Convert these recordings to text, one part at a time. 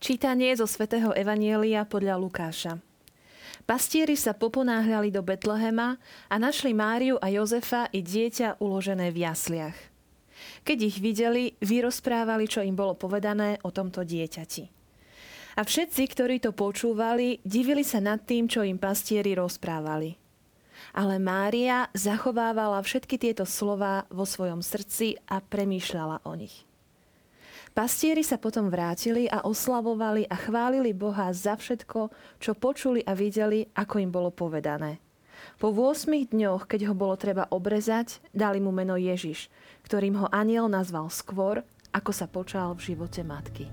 Čítanie zo svätého Evanjelia podľa Lukáša. Pastieri sa poponáhľali do Betlehema a našli Máriu a Jozefa i dieťa uložené v jasliach. Keď ich videli, vyrozprávali, čo im bolo povedané o tomto dieťati. A všetci, ktorí to počúvali, divili sa nad tým, čo im pastieri rozprávali. Ale Mária zachovávala všetky tieto slová vo svojom srdci a premýšľala o nich. Pastieri sa potom vrátili a oslavovali a chválili Boha za všetko, čo počuli a videli, ako im bolo povedané. Po 8 dňoch, keď ho bolo treba obrezať, dali mu meno Ježiš, ktorým ho anjel nazval skôr, ako sa počal v živote matky.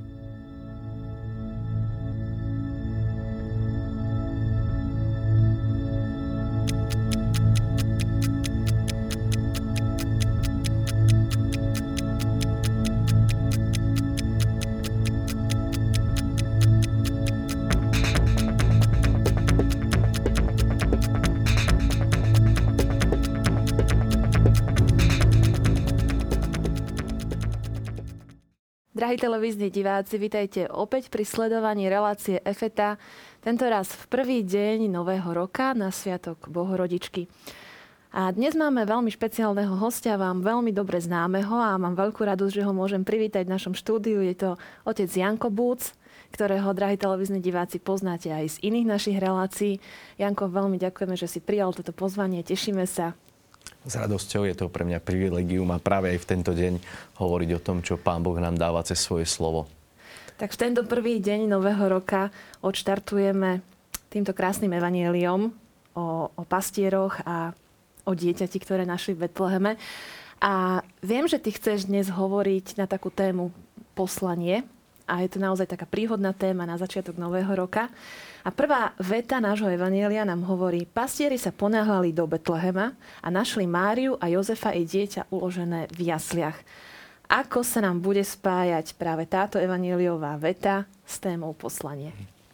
Drahí televízni diváci, vitajte opäť pri sledovaní relácie Efeta, tentoraz v prvý deň nového roka na sviatok Bohorodičky. A dnes máme veľmi špeciálneho hostia, vám veľmi dobre známeho a mám veľkú radosť, že ho môžem privítať v našom štúdiu. Je to otec Janko Búc, ktorého, drahí televízni diváci, poznáte aj z iných našich relácií. Janko, veľmi ďakujeme, že si prijal toto pozvanie, tešíme sa. S radosťou, je to pre mňa privilegium a práve aj v tento deň hovoriť o tom, čo Pán Boh nám dáva cez svoje slovo. Tak v tento prvý deň nového roka odštartujeme týmto krásnym evanjeliom o pastieroch a o dieťati, ktoré našli v Betleheme. A viem, že ty chceš dnes hovoriť na takú tému poslanie. A je to naozaj taká príhodná téma na začiatok nového roka. A prvá veta nášho evanjelia nám hovorí: pastieri sa ponáhľali do Betlehema a našli Máriu a Jozefa i dieťa uložené v jasliach. Ako sa nám bude spájať práve táto evanjeliová veta s témou poslanie?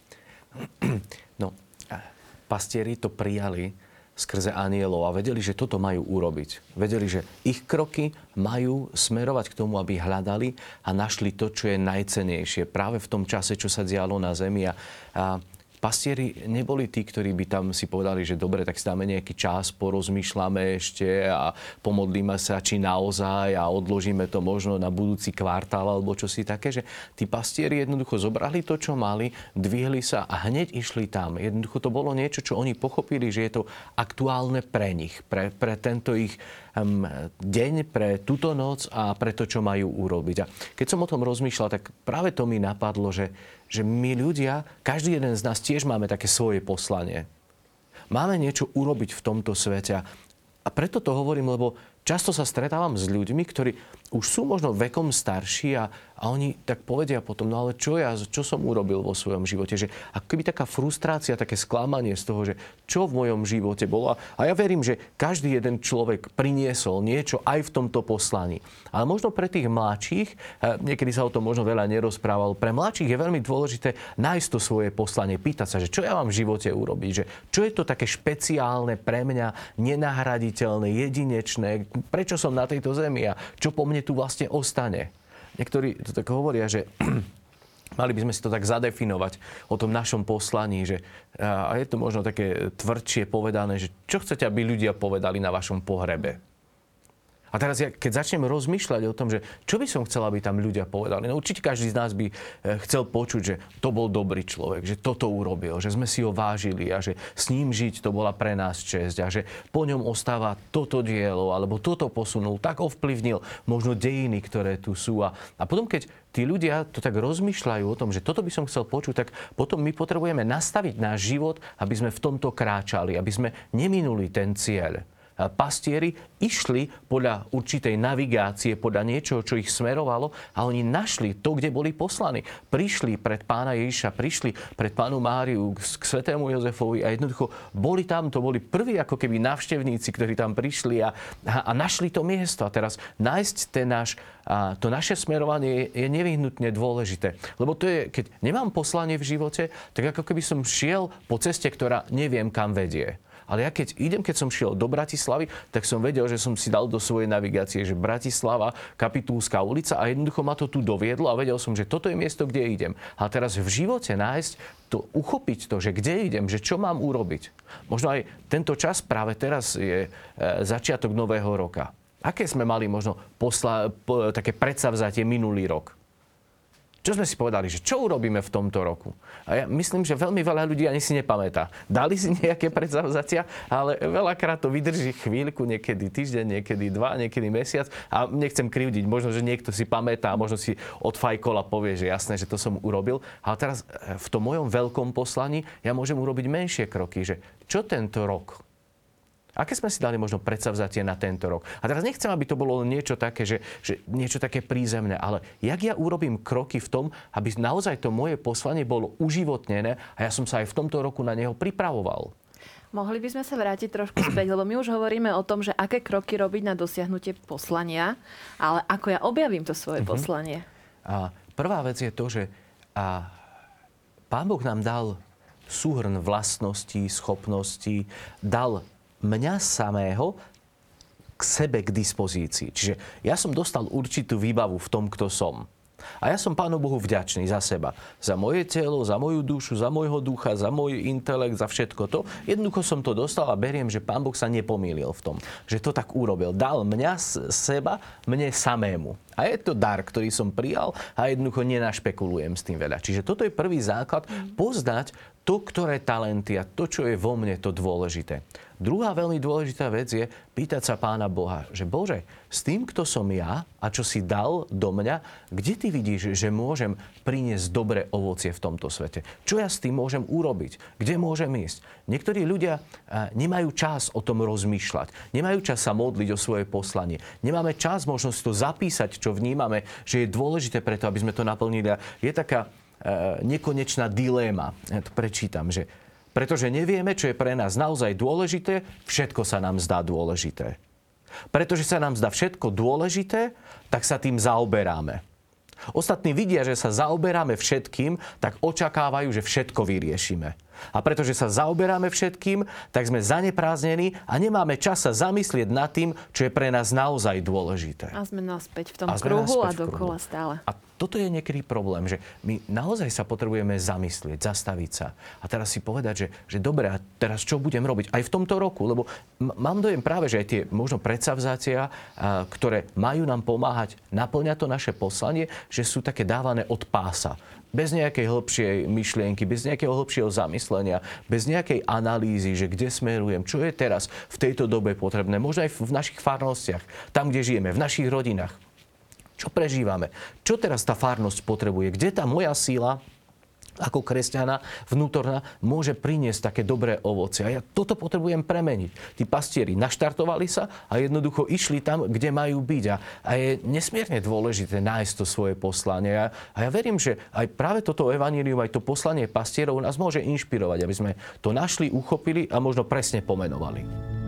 No, pastieri to prijali skrze anjelov a vedeli, že toto majú urobiť. Vedeli, že ich kroky majú smerovať k tomu, aby hľadali a našli to, čo je najcennejšie práve v tom čase, čo sa dialo na zemi. A pastieri neboli tí, ktorí by tam si povedali, že dobre, tak si dáme nejaký čas, porozmýšľame ešte a pomodlíme sa, či naozaj, a odložíme to možno na budúci kvartál alebo čo si také, že tí pastieri jednoducho zobrali to, čo mali, dvihli sa a hneď išli tam. Jednoducho to bolo niečo, čo oni pochopili, že je to aktuálne pre nich, pre tento ich deň, pre túto noc a pre to, čo majú urobiť. A keď som o tom rozmýšľal, tak práve to mi napadlo, že my ľudia, každý jeden z nás tiež máme také svoje poslanie. Máme niečo urobiť v tomto svete. A preto to hovorím, lebo často sa stretávam s ľuďmi, ktorí už sú možno vekom starší a oni tak povedia potom, no ale čo som urobil vo svojom živote? Že ako keby taká frustrácia, také sklamanie z toho, že čo v mojom živote bolo. A ja verím, že každý jeden človek priniesol niečo aj v tomto poslaní. Ale možno pre tých mladších, niekedy sa o tom možno veľa nerozprával, pre mladších je veľmi dôležité nájsť to svoje poslanie, pýtať sa, že čo ja mám v živote urobiť, že čo je to také špeciálne pre mňa, nenahraditeľné, jedinečné, prečo som na tejto zemi a čo po mne tu vlastne ostane. Niektorí to tak hovoria, že mali by sme si to tak zadefinovať o tom našom poslaní, že a je to možno také tvrdšie povedané, že čo chcete, aby ľudia povedali na vašom pohrebe. A teraz, keď začnem rozmýšľať o tom, že čo by som chcel, aby tam ľudia povedali, no určite každý z nás by chcel počuť, že to bol dobrý človek, že toto urobil, že sme si ho vážili a že s ním žiť to bola pre nás česť a že po ňom ostáva toto dielo alebo toto posunul, tak ovplyvnil možno dejiny, ktoré tu sú. A potom, keď tí ľudia to tak rozmýšľajú o tom, že toto by som chcel počuť, tak potom my potrebujeme nastaviť náš život, aby sme v tomto kráčali, aby sme neminuli ten cieľ. Pastieri išli podľa určitej navigácie, podľa niečoho, čo ich smerovalo a oni našli to, kde boli poslaní. Prišli pred Pána Ježiša, prišli pred Pánu Máriu k svätému Jozefovi a jednoducho boli tam, to boli prví ako keby návštevníci, ktorí tam prišli a našli to miesto. A teraz nájsť to naše smerovanie je nevyhnutne dôležité. Lebo to je, keď nemám poslanie v živote, tak ako keby som šiel po ceste, ktorá neviem kam vedie. Ale ja keď som šiel do Bratislavy, tak som vedel, že som si dal do svojej navigácie, že Bratislava, Kapitulská ulica a jednoducho ma to tu doviedlo a vedel som, že toto je miesto, kde idem. A teraz v živote nájsť to, uchopiť to, že kde idem, že čo mám urobiť. Možno aj tento čas práve teraz je začiatok nového roka. Aké sme mali možno také predsavzatie minulý rok? Čo sme si povedali, že čo urobíme v tomto roku? A ja myslím, že veľmi veľa ľudí ani si nepamätá. Dali si nejaké predsavzatia, ale veľakrát to vydrží chvíľku, niekedy týždeň, niekedy 2, niekedy mesiac. A nechcem krivdiť, možno, že niekto si pamätá, možno si odfajkol a povie, že jasné, že to som urobil. Ale teraz v tom mojom veľkom poslaní ja môžem urobiť menšie kroky, že čo tento rok? Aké sme si dali možno predsavzatie na tento rok? A teraz nechcem, aby to bolo niečo také, že niečo také prízemné, ale jak ja urobím kroky v tom, aby naozaj to moje poslanie bolo uživotnené a ja som sa aj v tomto roku na neho pripravoval. Mohli by sme sa vrátiť trošku späť, lebo my už hovoríme o tom, že aké kroky robiť na dosiahnutie poslania, ale ako ja objavím to svoje poslanie? A prvá vec je to, že Pán Boh nám dal súhrn vlastností, schopností, dal mňa samého k sebe k dispozícii. Čiže ja som dostal určitú výbavu v tom, kto som. A ja som Pánu Bohu vďačný za seba. Za moje telo, za moju dušu, za môjho ducha, za môj intelekt, za všetko to. Jednoducho som to dostal a beriem, že Pán Boh sa nepomýlil v tom. Že to tak urobil. Dal mňa seba mne samému. A je to dar, ktorý som prijal a jednoducho nenašpekulujem s tým veľa. Čiže toto je prvý základ. Poznať to, ktoré talenty a to, čo je vo mne, to dôležité. Druhá veľmi dôležitá vec je pýtať sa Pána Boha, že Bože, s tým, kto som ja a čo si dal do mňa, kde ty vidíš, že môžem priniesť dobré ovocie v tomto svete? Čo ja s tým môžem urobiť? Kde môžem ísť? Niektorí ľudia nemajú čas o tom rozmýšľať. Nemajú čas sa modliť o svoje poslanie. Nemáme čas možno si to zapísať, čo vnímame, že je dôležité preto, aby sme to naplnili. Je taká nekonečná dilema. Ja to prečítam, že pretože nevieme, čo je pre nás naozaj dôležité, všetko sa nám zdá dôležité. Pretože sa nám zdá všetko dôležité, tak sa tým zaoberáme. Ostatní vidia, že sa zaoberáme všetkým, tak očakávajú, že všetko vyriešime. A pretože sa zaoberáme všetkým, tak sme zaneprázdnení a nemáme čas sa zamyslieť nad tým, čo je pre nás naozaj dôležité. A sme naspäť v tom kruhu a dokola stále. A toto je niekedy problém, že my naozaj sa potrebujeme zamyslieť, zastaviť sa. A teraz si povedať, že dobre, a teraz čo budem robiť aj v tomto roku? Lebo mám dojem práve, že aj tie možno predsavzatia, ktoré majú nám pomáhať naplňať to naše poslanie, že sú také dávané od pása. Bez nejakej hĺbšej myšlienky, bez nejakého hĺbšieho zamyslenia, bez nejakej analýzy, že kde smerujem, čo je teraz v tejto dobe potrebné, možno aj v našich farnostiach, tam, kde žijeme, v našich rodinách. Čo prežívame? Čo teraz tá farnosť potrebuje? Kde tá moja síla ako kresťana vnútorná môže priniesť také dobré ovocie? A ja toto potrebujem premeniť. Tí pastieri naštartovali sa a jednoducho išli tam, kde majú byť. A je nesmierne dôležité nájsť to svoje poslanie. A ja verím, že aj práve toto evanjelium, aj to poslanie pastierov nás môže inšpirovať, aby sme to našli, uchopili a možno presne pomenovali.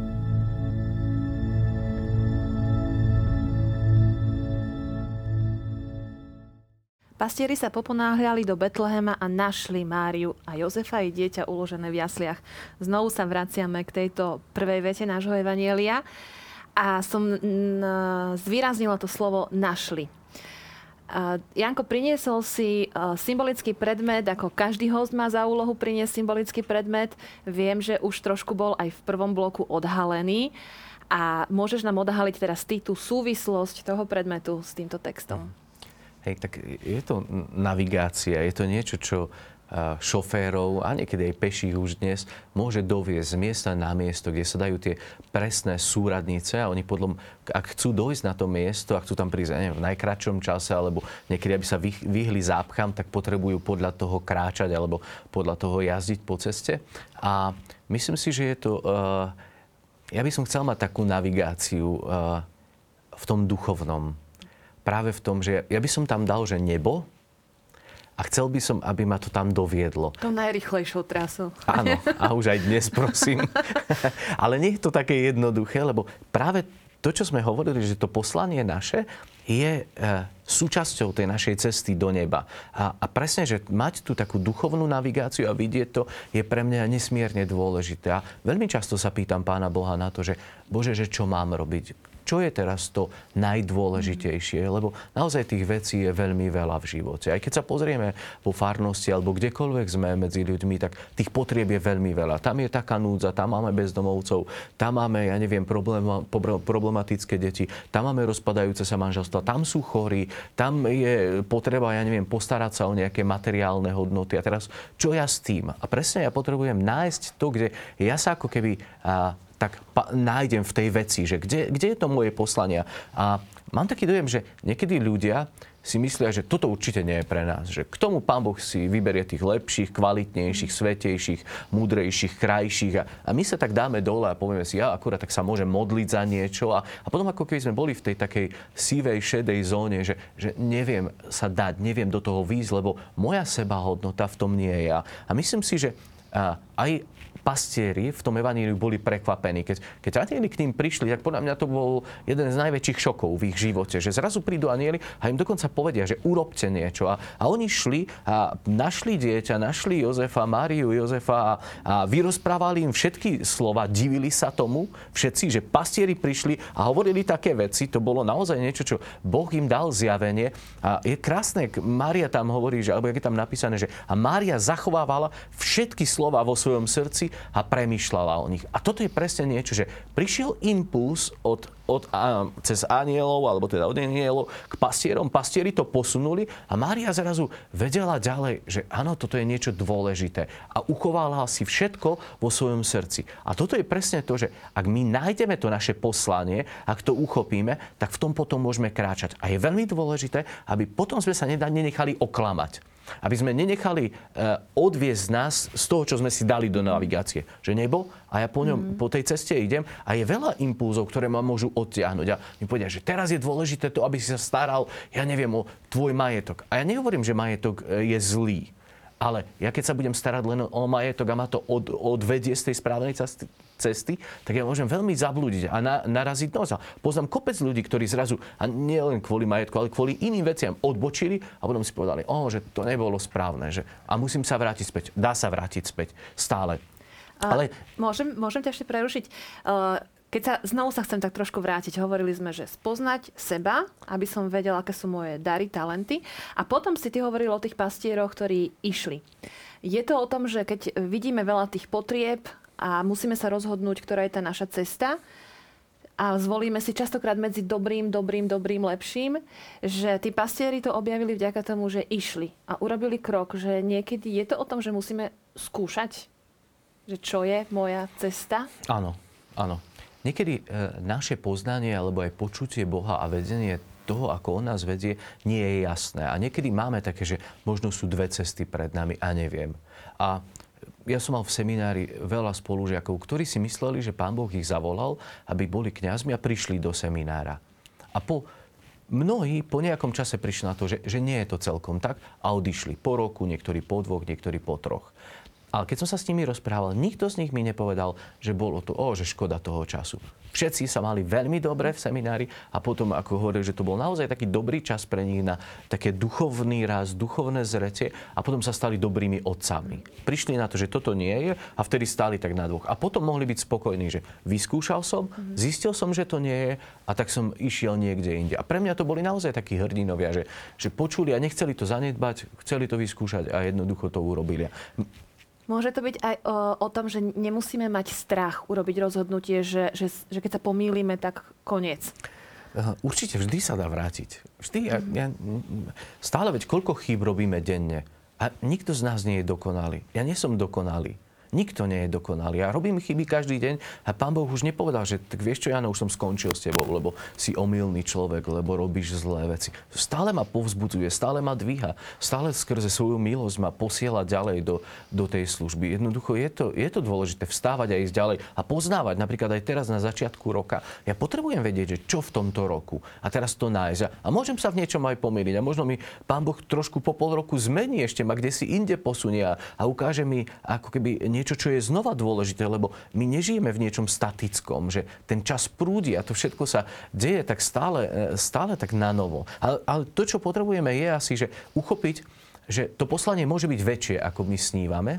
Pastieri sa poponáhľali do Betlehema a našli Máriu a Jozefa i dieťa uložené v jasliach. Znovu sa vraciame k tejto prvej vete nášho evanjelia a som zvýraznila to slovo našli. Janko, priniesol si symbolický predmet, ako každý host má za úlohu priniesť symbolický predmet. Viem, že už trošku bol aj v prvom bloku odhalený. A môžeš nám odhaliť teraz tú súvislosť toho predmetu s týmto textom? Hej, tak je to navigácia, je to niečo, čo šoférov a niekedy aj peších už dnes môže doviesť z miesta na miesto, kde sa dajú tie presné súradnice a oni ak chcú dojsť na to miesto, ak chcú tam prísť v najkratšom čase alebo niekedy, aby sa vyhli zápcham, tak potrebujú podľa toho kráčať alebo podľa toho jazdiť po ceste. A myslím si, že je to... Ja by som chcel mať takú navigáciu v tom duchovnom. Práve v tom, že ja by som tam dal, že nebo a chcel by som, aby ma to tam doviedlo. To najrýchlejšou trasou. Áno, a už aj dnes, prosím. Ale nie je to také jednoduché, lebo práve to, čo sme hovorili, že to poslanie naše je súčasťou tej našej cesty do neba. A presne, že mať tú takú duchovnú navigáciu a vidieť to je pre mňa nesmierne dôležité. A veľmi často sa pýtam Pána Boha na to, že Bože, že čo mám robiť? Čo je teraz to najdôležitejšie? Lebo naozaj tých vecí je veľmi veľa v živote. Aj keď sa pozrieme po farnosti alebo kdekoľvek sme medzi ľuďmi, tak tých potrieb je veľmi veľa. Tam je taká núdza, tam máme bezdomovcov, tam máme, problematické deti, tam máme rozpadajúce sa manželstva, tam sú chorí, tam je potreba, postarať sa o nejaké materiálne hodnoty. A teraz, čo ja s tým? A presne ja potrebujem nájsť to, kde ja sa ako keby tak nájdem v tej veci, že kde je to moje poslanie. A mám taký dojem, že niekedy ľudia si myslia, že toto určite nie je pre nás. Že k tomu Pán Boh si vyberie tých lepších, kvalitnejších, svätejších, múdrejších, krajších. A my sa tak dáme dole a povieme si, ja akurát tak sa môžem modliť za niečo. A potom ako keby sme boli v tej takej sivej, šedej zóne, že neviem sa dať, neviem do toho výjsť, lebo moja sebahodnota v tom nie je. A myslím si, že aj pastieri v tom evaníliu boli prekvapení. Keď anjeli k ním prišli, tak podľa mňa to bol jeden z najväčších šokov v ich živote. Že zrazu prídu anjeli a im dokonca povedia, že urobte niečo. A oni šli a našli dieťa, našli Jozefa, Máriu, Jozefa a vyrozprávali im všetky slova, divili sa tomu všetci, že pastieri prišli a hovorili také veci. To bolo naozaj niečo, čo Boh im dal zjavenie. A je krásne, Mária tam hovorí, že, alebo je tam napísané, že a Mária zachovávala všetky slova vo svojom srdci a premýšľala o nich. A toto je presne niečo, že prišiel impuls cez anielov, alebo teda od anielov k pastierom. Pastieri to posunuli a Mária zrazu vedela ďalej, že áno, toto je niečo dôležité. A uchovala si všetko vo svojom srdci. A toto je presne to, že ak my nájdeme to naše poslanie, ak to uchopíme, tak v tom potom môžeme kráčať. A je veľmi dôležité, aby potom sme sa nenechali oklamať. Aby sme nenechali odviesť nás z toho, čo sme si dali do navigácie. Že nebo a ja po ňom, po tej ceste idem a je veľa impulzov, ktoré ma môžu odtiahnuť. A mi povedia, že teraz je dôležité to, aby si sa staral, o tvoj majetok. A ja nehovorím, že majetok je zlý. Ale ja keď sa budem starať len o majetok a ma to odvedie z tej správnej cesty, tak ja môžem veľmi zablúdiť a naraziť nos. Poznám kopec ľudí, ktorí zrazu, a nie len kvôli majetku, ale kvôli iným veciam odbočili a potom si povedali, že to nebolo správne. A musím sa vrátiť späť. Dá sa vrátiť späť. Stále. Ale Môžem ťa ešte prerušiť? Keď znovu sa chcem tak trošku vrátiť, hovorili sme, že spoznať seba, aby som vedela, aké sú moje dary, talenty. A potom si ty hovoril o tých pastieroch, ktorí išli. Je to o tom, že keď vidíme veľa tých potrieb a musíme sa rozhodnúť, ktorá je tá naša cesta a zvolíme si častokrát medzi dobrým, lepším, že tí pastieri to objavili vďaka tomu, že išli a urobili krok, že niekedy je to o tom, že musíme skúšať, že čo je moja cesta? Áno. Niekedy naše poznanie alebo aj počutie Boha a vedenie toho, ako On nás vedie, nie je jasné. A niekedy máme také, že možno sú dve cesty pred nami a neviem. A ja som mal v seminári veľa spolužiakov, ktorí si mysleli, že Pán Boh ich zavolal, aby boli kňazmi a prišli do seminára. A mnohí po nejakom čase prišli na to, že nie je to celkom tak a odišli po roku, niektorí po 2, niektorí po 3. Ale keď som sa s nimi rozprával, nikto z nich mi nepovedal, že bolo to, že škoda toho času. Všetci sa mali veľmi dobre v seminári a potom, ako hovorili, že to bol naozaj taký dobrý čas pre nich na také duchovný rast, duchovné zretie a potom sa stali dobrými otcami. Prišli na to, že toto nie je a vtedy stáli tak na dvoch. A potom mohli byť spokojní, že vyskúšal som, zistil som, že to nie je a tak som išiel niekde inde. A pre mňa to boli naozaj takí hrdinovia, že počuli a nechceli to zanedbať, chceli to vyskúšať a jednoducho to urobili. Môže to byť aj o tom, že nemusíme mať strach urobiť rozhodnutie, že keď sa pomýlime, tak koniec. Určite, vždy sa dá vrátiť. Vždy. Stále veď koľko chýb robíme denne. A nikto z nás nie je dokonalý. Ja nie som dokonalý. Nikto nie je dokonalý. Ja robím chyby každý deň a Pán Boh už nepovedal, že tak vieš čo, Jano, už som skončil s tebou, lebo si omylný človek, lebo robíš zlé veci. Stále ma povzbudzuje, stále ma dvíha, stále skrze svoju milosť ma posiela ďalej do tej služby. Jednoducho je to dôležité vstávať a ísť ďalej a poznávať. Napríklad aj teraz na začiatku roka. Ja potrebujem vedieť, že čo v tomto roku a teraz to nájsť. A môžem sa v niečom aj pomýliť. A možno mi Pán Boh trošku po pol roku zmení ešte ma kde si inde posunie a ukáže mi ako keby niečo, čo je znova dôležité, lebo my nežijeme v niečom statickom, že ten čas prúdi a to všetko sa deje tak stále tak na novo. Ale to, čo potrebujeme, je asi, že uchopiť, že to poslanie môže byť väčšie, ako my snívame,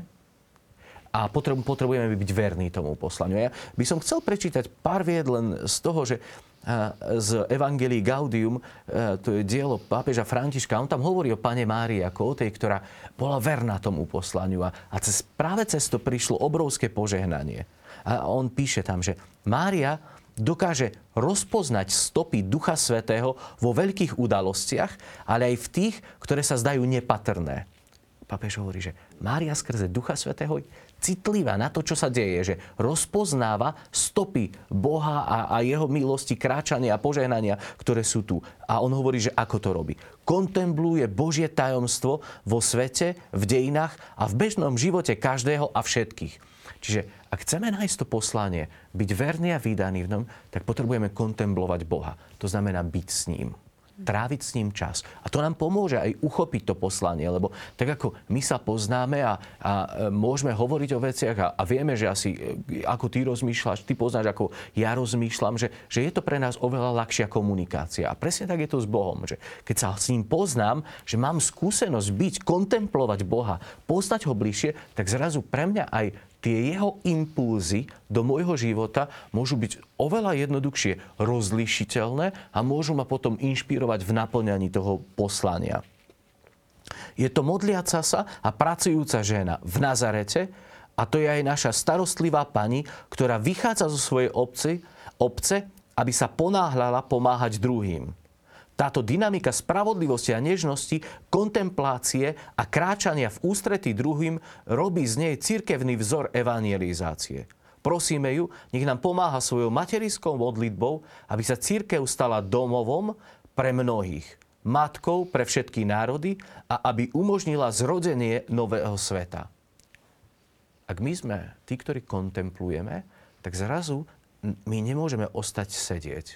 a potrebujeme byť verní tomu poslaniu. Ja by som chcel prečítať pár vied len z toho, že z Evangelii Gaudium, to je dielo pápeža Františka, on tam hovorí o Panne Márii ako o tej, ktorá bola verná tomu poslaniu a práve cez to prišlo obrovské požehnanie. A on píše tam, že Mária dokáže rozpoznať stopy Ducha Svätého vo veľkých udalostiach, ale aj v tých, ktoré sa zdajú nepatrné. Pápež hovorí, že Mária skrze Ducha Svätého citlivá na to, čo sa deje, že rozpoznáva stopy Boha a jeho milosti, kráčania a požehnania, ktoré sú tu. A on hovorí, že ako to robí. Kontempluje Božie tajomstvo vo svete, v dejinách a v bežnom živote každého a všetkých. Čiže ak chceme nájsť to poslanie, byť verný a vydaný v ňom, tak potrebujeme kontemplovať Boha. To znamená byť s ním. Tráviť s ním čas. A to nám pomôže aj uchopiť to poslanie, lebo tak ako my sa poznáme a môžeme hovoriť o veciach a vieme, že asi ako ty rozmýšľaš, ty poznáš, ako ja rozmýšľam, že je to pre nás oveľa ľahšia komunikácia. A presne tak je to s Bohom, že keď sa s ním poznám, že mám skúsenosť byť, kontemplovať Boha, poznať ho bližšie, tak zrazu pre mňa aj tie jeho impulzy do môjho života môžu byť oveľa jednoduchšie rozlišiteľné a môžu ma potom inšpirovať v naplňaní toho poslania. Je to modliaca sa a pracujúca žena v Nazarete a to je aj naša starostlivá pani, ktorá vychádza zo svojej obce, aby sa ponáhľala pomáhať druhým. Táto dynamika spravodlivosti a nežnosti, kontemplácie a kráčania v ústretí druhým robí z nej cirkevný vzor evangelizácie. Prosíme ju, nech nám pomáha svojou materskou modlitbou, aby sa cirkev stala domovom pre mnohých, matkou pre všetky národy a aby umožnila zrodenie nového sveta. Ak my sme tí, ktorí kontemplujeme, tak zrazu my nemôžeme ostať sedieť.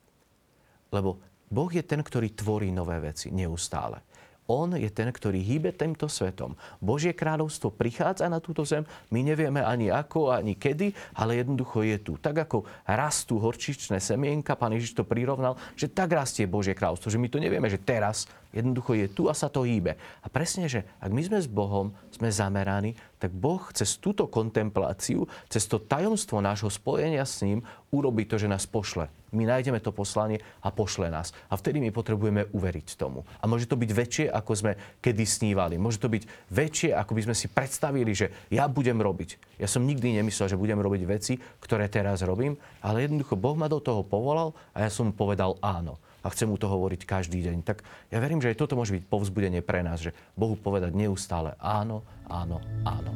Lebo Boh je ten, ktorý tvorí nové veci neustále. On je ten, ktorý hýbe týmto svetom. Božie kráľovstvo prichádza na túto zem, my nevieme ani ako, ani kedy, ale jednoducho je tu. Tak ako rastú horčičné semienka, Pán Ježiš to prirovnal, že tak rastie Božie kráľovstvo, že my to nevieme, že teraz jednoducho je tu a sa to hýbe. A presne, že ak my sme s Bohom, sme zameraní, tak Boh cez túto kontempláciu, cez to tajomstvo nášho spojenia s ním urobí to, že nás pošle. My nájdeme to poslanie a pošle nás. A vtedy my potrebujeme uveriť tomu. A môže to byť väčšie, ako sme kedy snívali. Môže to byť väčšie, ako by sme si predstavili, že ja budem robiť. Ja som nikdy nemyslel, že budem robiť veci, ktoré teraz robím, ale jednoducho Boh ma do toho povolal a ja som mu povedal áno. A chcem mu to hovoriť každý deň. Tak ja verím, že aj toto môže byť povzbudenie pre nás, že Bohu povedať neustále áno, áno, áno.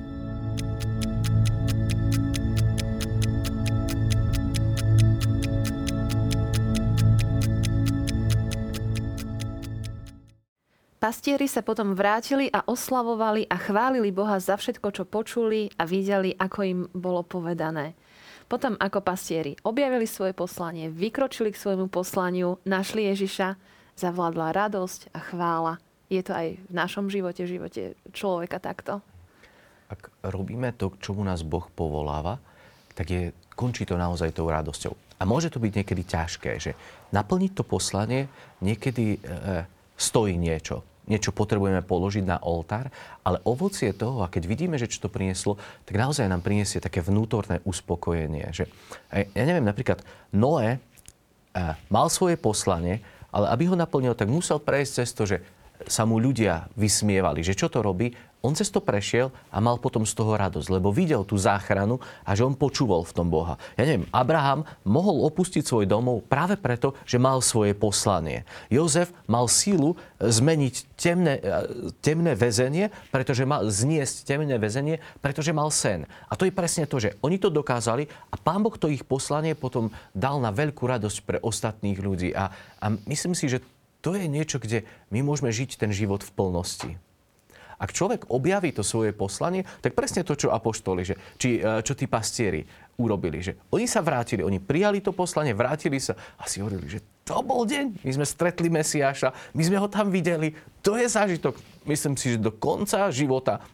Pastieri sa potom vrátili a oslavovali a chválili Boha za všetko, čo počuli a videli, ako im bolo povedané. Potom, ako pastieri objavili svoje poslanie, vykročili k svojmu poslaniu, našli Ježiša, zavládla radosť a chvála. Je to aj v našom živote, v živote človeka takto? Ak robíme to, k čomu nás Boh povoláva, tak končí to naozaj tou radosťou. A môže to byť niekedy ťažké, že naplniť to poslanie niekedy stojí niečo. Niečo potrebujeme položiť na oltár, ale ovocie toho, a keď vidíme, že čo to prinieslo, tak naozaj nám priniesie také vnútorné uspokojenie. Že, ja neviem, napríklad Noé mal svoje poslanie, ale aby ho naplnil, tak musel prejsť cez to, že sa mu ľudia vysmievali, že čo to robí. On cez to prešiel a mal potom z toho radosť, lebo videl tú záchranu a že on počúval v tom Boha. Ja neviem, Abraham mohol opustiť svoj domov práve preto, že mal svoje poslanie. Jozef mal sílu zmeniť temné väzenie, pretože mal zniesť temné väzenie, pretože mal sen. A to je presne to, že oni to dokázali a Pán Boh to ich poslanie potom dal na veľkú radosť pre ostatných ľudí. A myslím si, že to je niečo, kde my môžeme žiť ten život v plnosti. Ak človek objaví to svoje poslanie, tak presne to, čo apoštoli, čo tí pastieri urobili. Že oni sa vrátili, oni prijali to poslanie, vrátili sa a si hovorili, že to bol deň. My sme stretli Mesiáša, my sme ho tam videli. To je zážitok, myslím si, že do konca života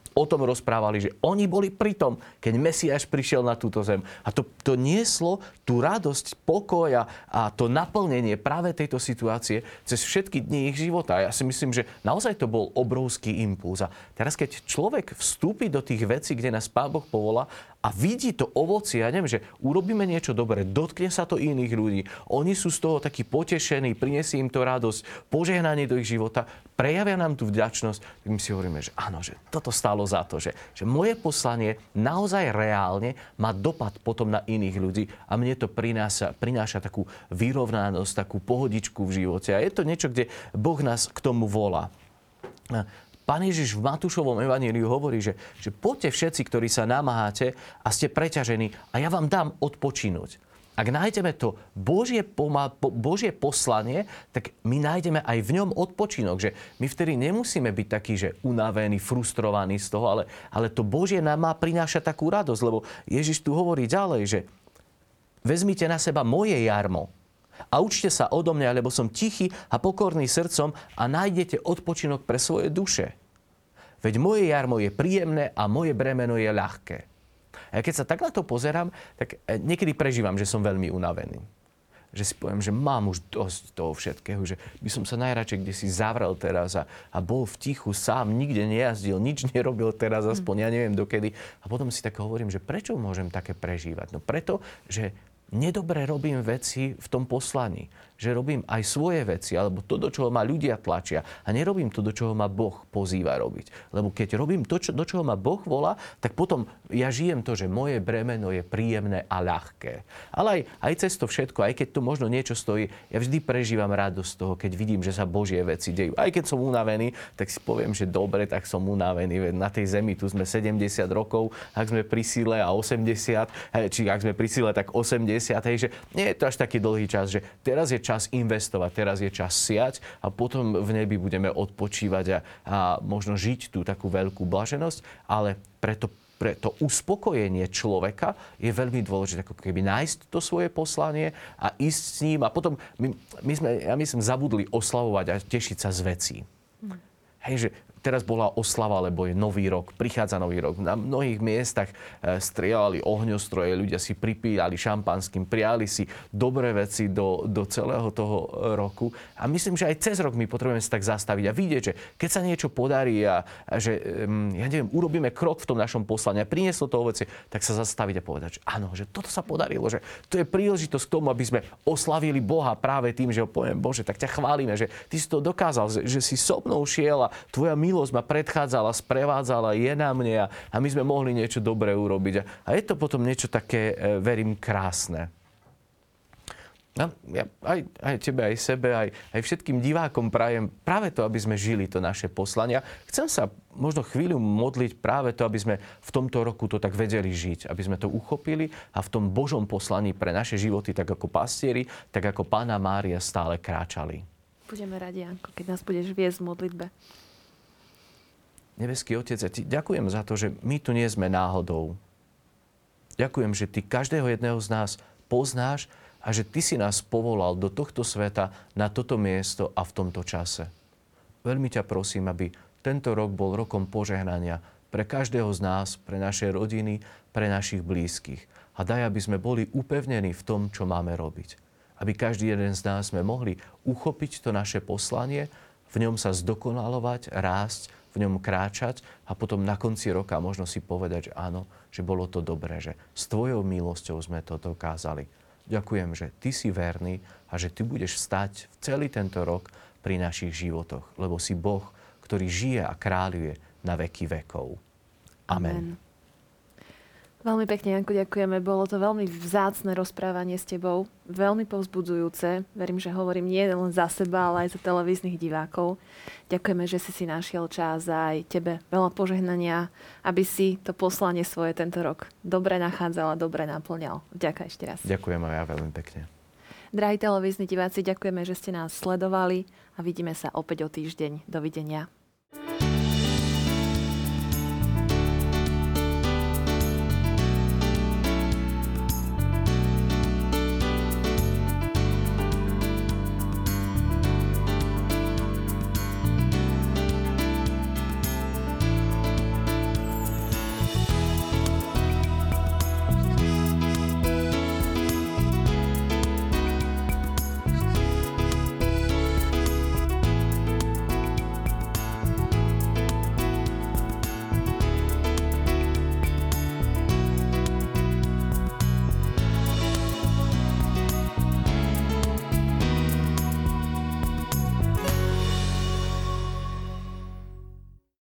o tom rozprávali, že oni boli pri tom, keď Mesiáš prišiel na túto zem. A to nieslo tú radosť, pokoj a to naplnenie práve tejto situácie cez všetky dni ich života. A ja si myslím, že naozaj to bol obrovský impuls. A teraz, keď človek vstúpi do tých vecí, kde nás Pán Boh povolá a vidí to ovocie, ja neviem, že urobíme niečo dobré, dotkne sa to iných ľudí, oni sú z toho takí potešení, prinesie im to radosť, požehnanie do ich života, prejavia nám tú vďačnosť, tak my si hovoríme, že áno, že toto stálo za to, že moje poslanie naozaj reálne má dopad potom na iných ľudí a mne to prináša takú vyrovnanosť, takú pohodičku v živote. A je to niečo, kde Boh nás k tomu volá. Pán Ježiš v Matúšovom evaníliu hovorí, že poďte všetci, ktorí sa namáhate a ste preťažení a ja vám dám odpočinúť. Ak nájdeme to Božie poslanie, tak my nájdeme aj v ňom odpočinok. Že my vtedy nemusíme byť takí, že unavení, frustrovaní z toho, ale to Božie nám má prinášať takú radosť. Lebo Ježiš tu hovorí ďalej, že vezmite na seba moje jarmo a učte sa odo mňa, lebo som tichý a pokorný srdcom a nájdete odpočinok pre svoje duše. Veď moje jarmo je príjemné a moje bremeno je ľahké. A keď sa tak na to pozerám, tak niekedy prežívam, že som veľmi unavený. Že si poviem, že mám už dosť toho všetkého, že by som sa najradšej kde si zavrel teraz a bol v tichu sám, nikde nejazdil, nič nerobil teraz, aspoň ja neviem dokedy. A potom si tak hovorím, že prečo môžem také prežívať? No preto, že nedobre robím veci v tom poslaní. Že robím aj svoje veci, alebo to, do čoho ma ľudia tlačia. A nerobím to, do čoho ma Boh pozýva robiť. Lebo keď robím to, do čoho ma Boh volá, tak potom ja žijem to, že moje bremeno je príjemné a ľahké. Ale aj cez to všetko, aj keď to možno niečo stojí, ja vždy prežívam radosť z toho, keď vidím, že sa Božie veci dejú. Aj keď som unavený, tak si poviem, že dobre, tak som unavený. Veď na tej zemi tu sme 70 rokov, ak sme pri síle a 80, či ak sme pri síle, tak 80. Takže nie je to až taký dlhý čas, že teraz je čas investovať, teraz je čas siať a potom v nebi budeme odpočívať a možno žiť tú takú veľkú blaženosť, ale pre to uspokojenie človeka je veľmi dôležité, ako keby nájsť to svoje poslanie a ísť s ním. A potom my sme, ja myslím, zabudli oslavovať a tešiť sa z vecí. Hej, že teraz bola oslava, lebo je nový rok, prichádza nový rok. Na mnohých miestach strieľali ohňostroje, ľudia si pripíjali šampanským, prijali si dobré veci do celého toho roku. A myslím, že aj cez rok my potrebujeme sa tak zastaviť a vidieť, že keď sa niečo podarí a že, ja neviem, urobíme krok v tom našom poslaní a prinieslo to ovocie, tak sa zastaviť a povedať, že áno, že toto sa podarilo, že to je príležitosť k tomu, aby sme oslavili Boha práve tým, že ho poviem, Bože, tak ťa chválime, že ty si to dokázal, že si so mnou šiel a tvoja milosť ma predchádzala, sprevádzala, je na mne a my sme mohli niečo dobré urobiť. A je to potom niečo také, verím, krásne. No, ja aj tebe, aj sebe, aj všetkým divákom prajem práve to, aby sme žili to naše poslania. Chcem sa možno chvíľu modliť práve to, aby sme v tomto roku to tak vedeli žiť. Aby sme to uchopili a v tom Božom poslaní pre naše životy, tak ako pastieri, tak ako Panna Mária stále kráčali. Budeme radi, Janko, keď nás budeš viesť v modlitbe. Nebeský Otec, ja ti ďakujem za to, že my tu nie sme náhodou. Ďakujem, že ty každého jedného z nás poznáš a že ty si nás povolal do tohto sveta, na toto miesto a v tomto čase. Veľmi ťa prosím, aby tento rok bol rokom požehnania pre každého z nás, pre naše rodiny, pre našich blízkych. A daj, aby sme boli upevnení v tom, čo máme robiť. Aby každý jeden z nás sme mohli uchopiť to naše poslanie, v ňom sa zdokonalovať, rásť, v ňom kráčať a potom na konci roka možno si povedať, že áno, že bolo to dobré, že s tvojou milosťou sme to dokázali. Ďakujem, že ty si verný a že ty budeš stať celý tento rok pri našich životoch, lebo si Boh, ktorý žije a kráľuje na veky vekov. Amen. Veľmi pekne, Janko, ďakujeme. Bolo to veľmi vzácne rozprávanie s tebou. Veľmi povzbudzujúce. Verím, že hovorím nie len za seba, ale aj za televíznych divákov. Ďakujeme, že si našiel čas a aj tebe veľa požehnania, aby si to poslanie svoje tento rok dobre nachádzal a dobre naplňal. Ďakujem ešte raz. Ďakujem aj ja veľmi pekne. Drahí televízni diváci, ďakujeme, že ste nás sledovali a vidíme sa opäť o týždeň. Dovidenia.